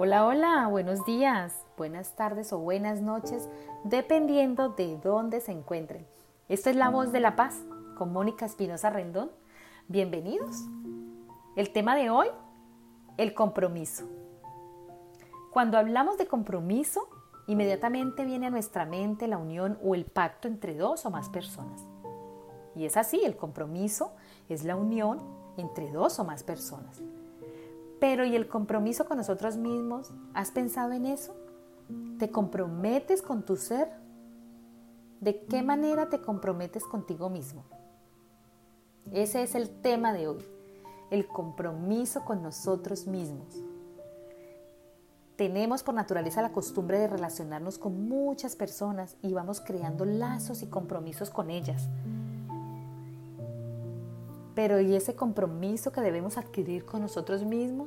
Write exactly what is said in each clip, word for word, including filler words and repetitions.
Hola, hola, buenos días, buenas tardes o buenas noches, dependiendo de dónde se encuentren. Esto es La Voz de la Paz con Mónica Espinosa Rendón. Bienvenidos. El tema de hoy, el compromiso. Cuando hablamos de compromiso, inmediatamente viene a nuestra mente la unión o el pacto entre dos o más personas. Y es así, el compromiso es la unión entre dos o más personas. Pero ¿y el compromiso con nosotros mismos? ¿Has pensado en eso? ¿Te comprometes con tu ser? ¿De qué manera te comprometes contigo mismo? Ese es el tema de hoy, el compromiso con nosotros mismos. Tenemos por naturaleza la costumbre de relacionarnos con muchas personas y vamos creando lazos y compromisos con ellas. Pero ¿y ese compromiso que debemos adquirir con nosotros mismos?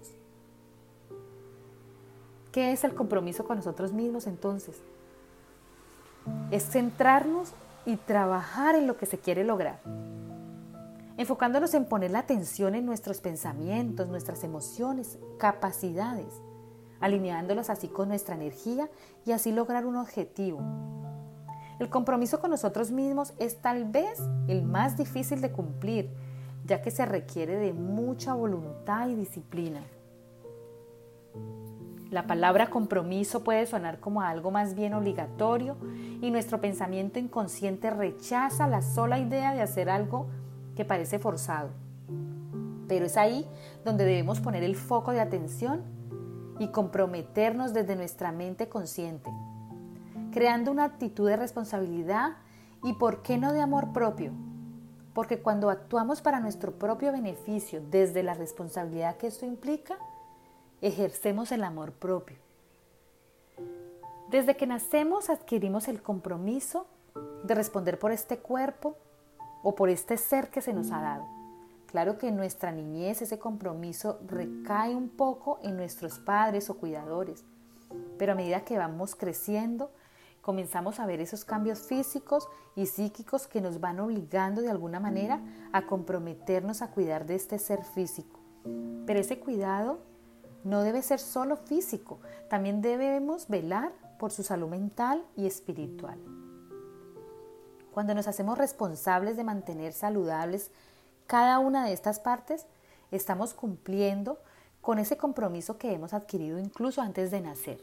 ¿Qué es el compromiso con nosotros mismos entonces? Es centrarnos y trabajar en lo que se quiere lograr, enfocándonos en poner la atención en nuestros pensamientos, nuestras emociones, capacidades, alineándolos así con nuestra energía y así lograr un objetivo. El compromiso con nosotros mismos es tal vez el más difícil de cumplir, ya que se requiere de mucha voluntad y disciplina. La palabra compromiso puede sonar como algo más bien obligatorio y nuestro pensamiento inconsciente rechaza la sola idea de hacer algo que parece forzado. Pero es ahí donde debemos poner el foco de atención y comprometernos desde nuestra mente consciente, creando una actitud de responsabilidad y, ¿por qué no, de amor propio? Porque cuando actuamos para nuestro propio beneficio desde la responsabilidad que esto implica, ejercemos el amor propio. Desde que nacemos adquirimos el compromiso de responder por este cuerpo o por este ser que se nos ha dado. Claro que en nuestra niñez ese compromiso recae un poco en nuestros padres o cuidadores, pero a medida que vamos creciendo, comenzamos a ver esos cambios físicos y psíquicos que nos van obligando de alguna manera a comprometernos a cuidar de este ser físico. Pero ese cuidado no debe ser solo físico, también debemos velar por su salud mental y espiritual. Cuando nos hacemos responsables de mantener saludables cada una de estas partes, estamos cumpliendo con ese compromiso que hemos adquirido incluso antes de nacer.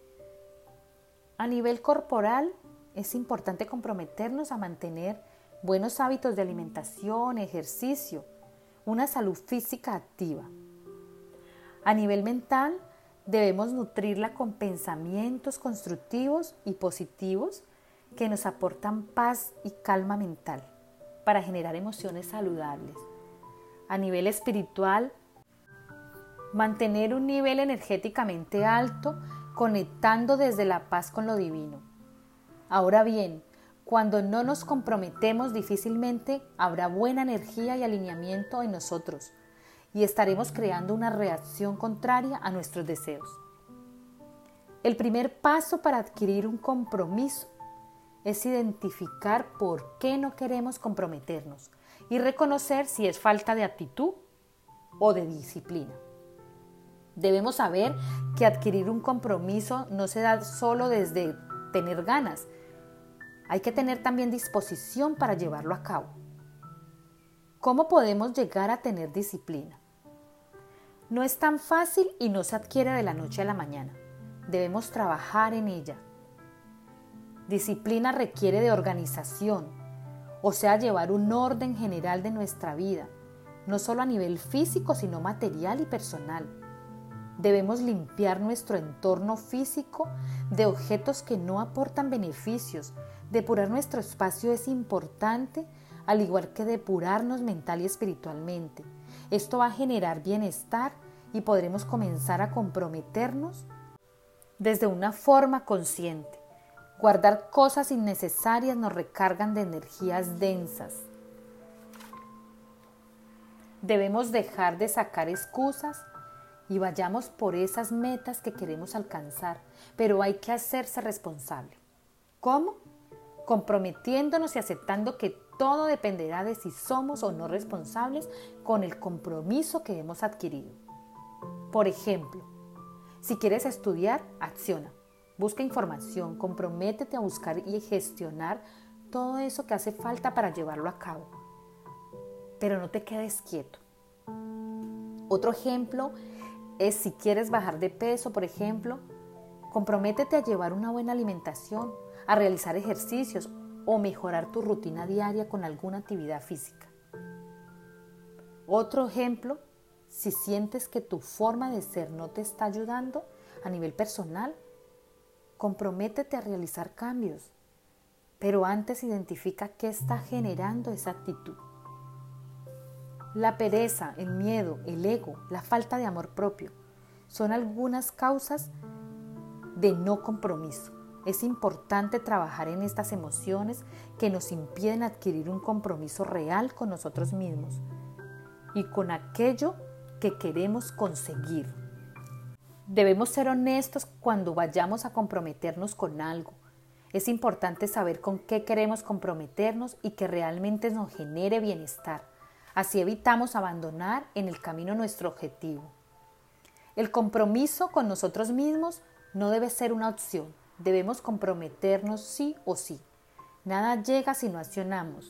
A nivel corporal, es importante comprometernos a mantener buenos hábitos de alimentación, ejercicio, una salud física activa. A nivel mental, debemos nutrirla con pensamientos constructivos y positivos que nos aportan paz y calma mental para generar emociones saludables. A nivel espiritual, mantener un nivel energéticamente alto, conectando desde la paz con lo divino. Ahora bien, cuando no nos comprometemos, difícilmente habrá buena energía y alineamiento en nosotros y estaremos creando una reacción contraria a nuestros deseos. El primer paso para adquirir un compromiso es identificar por qué no queremos comprometernos y reconocer si es falta de actitud o de disciplina. Debemos saber que adquirir un compromiso no se da solo desde tener ganas. Hay que tener también disposición para llevarlo a cabo. ¿Cómo podemos llegar a tener disciplina? No es tan fácil y no se adquiere de la noche a la mañana. Debemos trabajar en ella. Disciplina requiere de organización, o sea, llevar un orden general de nuestra vida, no solo a nivel físico, sino material y personal. Debemos limpiar nuestro entorno físico de objetos que no aportan beneficios. Depurar nuestro espacio es importante, al igual que depurarnos mental y espiritualmente. Esto va a generar bienestar y podremos comenzar a comprometernos desde una forma consciente. Guardar cosas innecesarias nos recargan de energías densas. Debemos dejar de sacar excusas y vayamos por esas metas que queremos alcanzar, pero hay que hacerse responsable. ¿Cómo? Comprometiéndonos y aceptando que todo dependerá de si somos o no responsables con el compromiso que hemos adquirido. Por ejemplo, Si quieres estudiar, acciona. Busca información, comprométete a buscar y gestionar todo eso que hace falta para llevarlo a cabo. Pero no te quedes quieto. Otro ejemplo es si quieres bajar de peso, por ejemplo, comprométete a llevar una buena alimentación, a realizar ejercicios o mejorar tu rutina diaria con alguna actividad física. Otro ejemplo, si sientes que tu forma de ser no te está ayudando a nivel personal, comprométete a realizar cambios, pero antes identifica qué está generando esa actitud. La pereza, el miedo, el ego, la falta de amor propio son algunas causas de no compromiso. Es importante trabajar en estas emociones que nos impiden adquirir un compromiso real con nosotros mismos y con aquello que queremos conseguir. Debemos ser honestos cuando vayamos a comprometernos con algo. Es importante saber con qué queremos comprometernos y que realmente nos genere bienestar. Así evitamos abandonar en el camino nuestro objetivo. El compromiso con nosotros mismos no debe ser una opción. Debemos comprometernos sí o sí. Nada llega si no accionamos.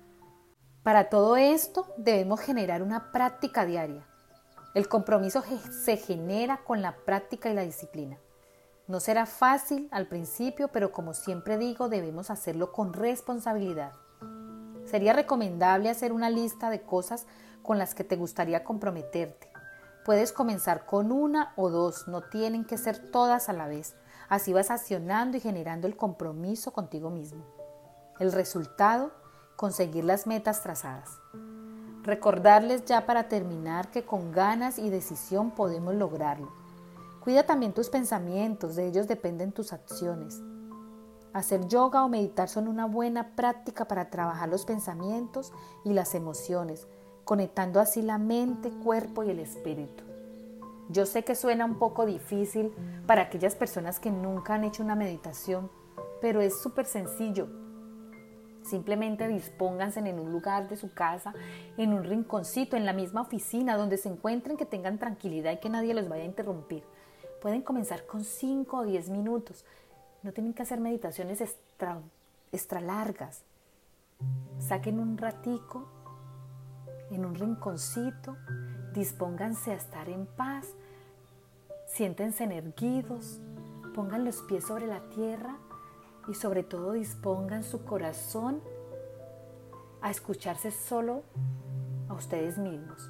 Para todo esto debemos generar una práctica diaria. El compromiso se genera con la práctica y la disciplina. No será fácil al principio, pero como siempre digo, debemos hacerlo con responsabilidad. Sería recomendable hacer una lista de cosas con las que te gustaría comprometerte. Puedes comenzar con una o dos, no tienen que ser todas a la vez. Así vas accionando y generando el compromiso contigo mismo. El resultado, conseguir las metas trazadas. Recordarles ya para terminar que con ganas y decisión podemos lograrlo. Cuida también tus pensamientos, de ellos dependen tus acciones. Hacer yoga o meditar son una buena práctica para trabajar los pensamientos y las emociones, conectando así la mente, cuerpo y el espíritu. Yo sé que suena un poco difícil para aquellas personas que nunca han hecho una meditación, pero es súper sencillo. Simplemente dispónganse en un lugar de su casa, en un rinconcito, en la misma oficina, donde se encuentren, que tengan tranquilidad y que nadie los vaya a interrumpir. Pueden comenzar con cinco o diez minutos. No tienen que hacer meditaciones extra, extra largas. Saquen un ratico en un rinconcito, dispónganse a estar en paz, siéntense erguidos, pongan los pies sobre la tierra y sobre todo dispongan su corazón a escucharse solo a ustedes mismos.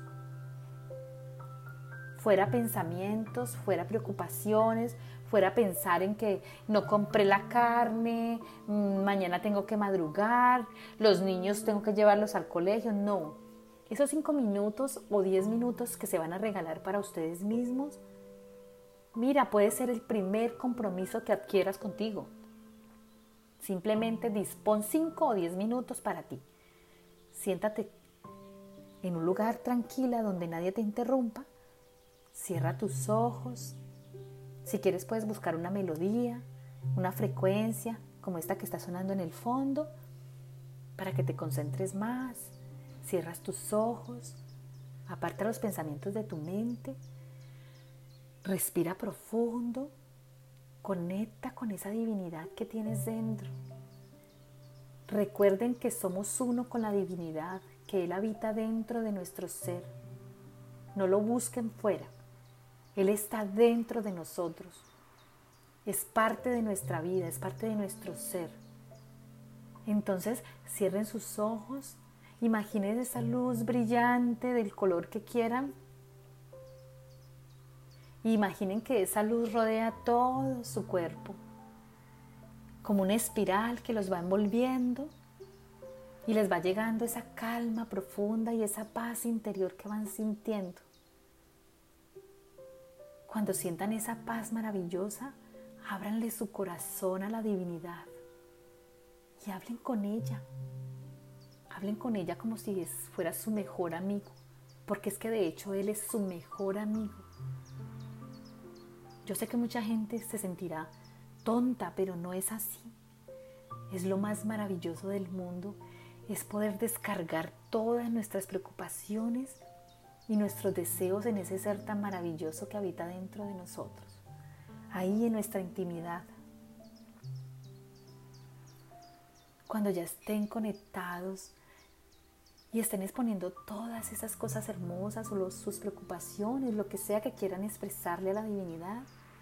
Fuera pensamientos, fuera preocupaciones, fuera pensar en que no compré la carne, mañana tengo que madrugar, los niños tengo que llevarlos al colegio. No, esos cinco minutos o diez minutos que se van a regalar para ustedes mismos, mira, puede ser el primer compromiso que adquieras contigo. Simplemente dispón cinco o diez minutos para ti. Siéntate en un lugar tranquila donde nadie te interrumpa. Cierra tus ojos. Si quieres puedes buscar una melodía, una frecuencia como esta que está sonando en el fondo para que te concentres más. Cierras tus ojos, aparta los pensamientos de tu mente, respira profundo, conecta con esa divinidad que tienes dentro. Recuerden que somos uno con la divinidad, que Él habita dentro de nuestro ser. No lo busquen fuera. Él está dentro de nosotros. Es parte de nuestra vida, es parte de nuestro ser. Entonces, cierren sus ojos, imaginen esa luz brillante del color que quieran. Imaginen que esa luz rodea todo su cuerpo, como una espiral que los va envolviendo y les va llegando esa calma profunda y esa paz interior que van sintiendo. Cuando sientan esa paz maravillosa, ábranle su corazón a la divinidad y hablen con ella. Hablen con ella como si fuera su mejor amigo, porque es que de hecho Él es su mejor amigo. Yo sé que mucha gente se sentirá tonta, pero no es así. Es lo más maravilloso del mundo, es poder descargar todas nuestras preocupaciones y nuestros deseos en ese ser tan maravilloso que habita dentro de nosotros. ahí en nuestra intimidad. Cuando ya estén conectados y estén exponiendo todas esas cosas hermosas o los, sus preocupaciones, lo que sea que quieran expresarle a la divinidad,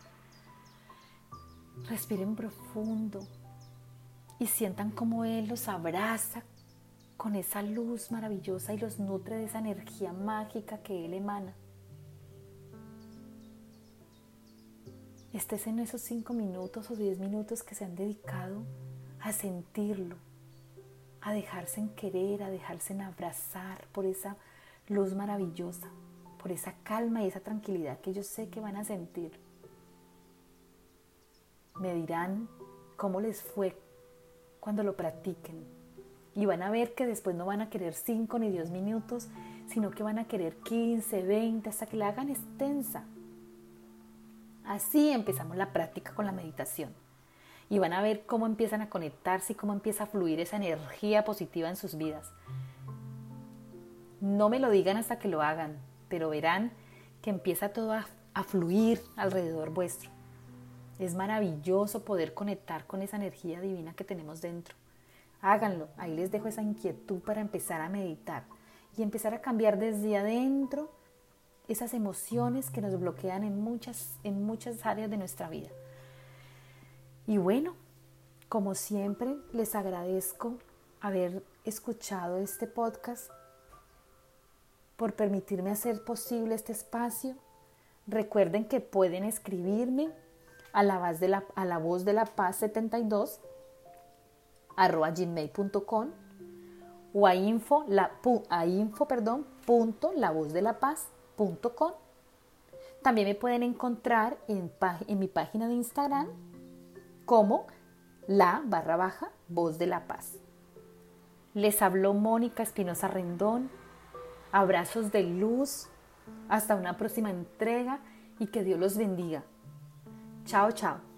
respiren profundo y sientan cómo Él los abraza con esa luz maravillosa y los nutre de esa energía mágica que Él emana. Estés en esos cinco minutos o diez minutos que se han dedicado a sentirlo, a dejarse en querer, a dejarse en abrazar por esa luz maravillosa, por esa calma y esa tranquilidad que yo sé que van a sentir. Me dirán cómo les fue cuando lo practiquen y van a ver que después no van a querer cinco ni diez minutos, sino que van a querer quince, veinte, hasta que la hagan extensa. Así empezamos la práctica con la meditación. Y van a ver cómo empiezan a conectarse y cómo empieza a fluir esa energía positiva en sus vidas. No me lo digan hasta que lo hagan, pero verán que empieza todo a, a fluir alrededor vuestro. Es maravilloso poder conectar con esa energía divina que tenemos dentro. Háganlo, ahí les dejo esa inquietud para empezar a meditar y empezar a cambiar desde adentro esas emociones que nos bloquean en muchas, en muchas áreas de nuestra vida. Y bueno, como siempre, les agradezco haber escuchado este podcast, por permitirme hacer posible este espacio. Recuerden que pueden escribirme a la voz de la, a la voz de la paz setenta y dos arroba gmail punto com o a info, la, a info perdón, punto la voz de la paz punto com. También me pueden encontrar en, en mi página de Instagram como la barra baja voz de la paz. Les habló Mónica Espinosa Rendón. Abrazos de luz. Hasta una próxima entrega y que Dios los bendiga. Chao, chao.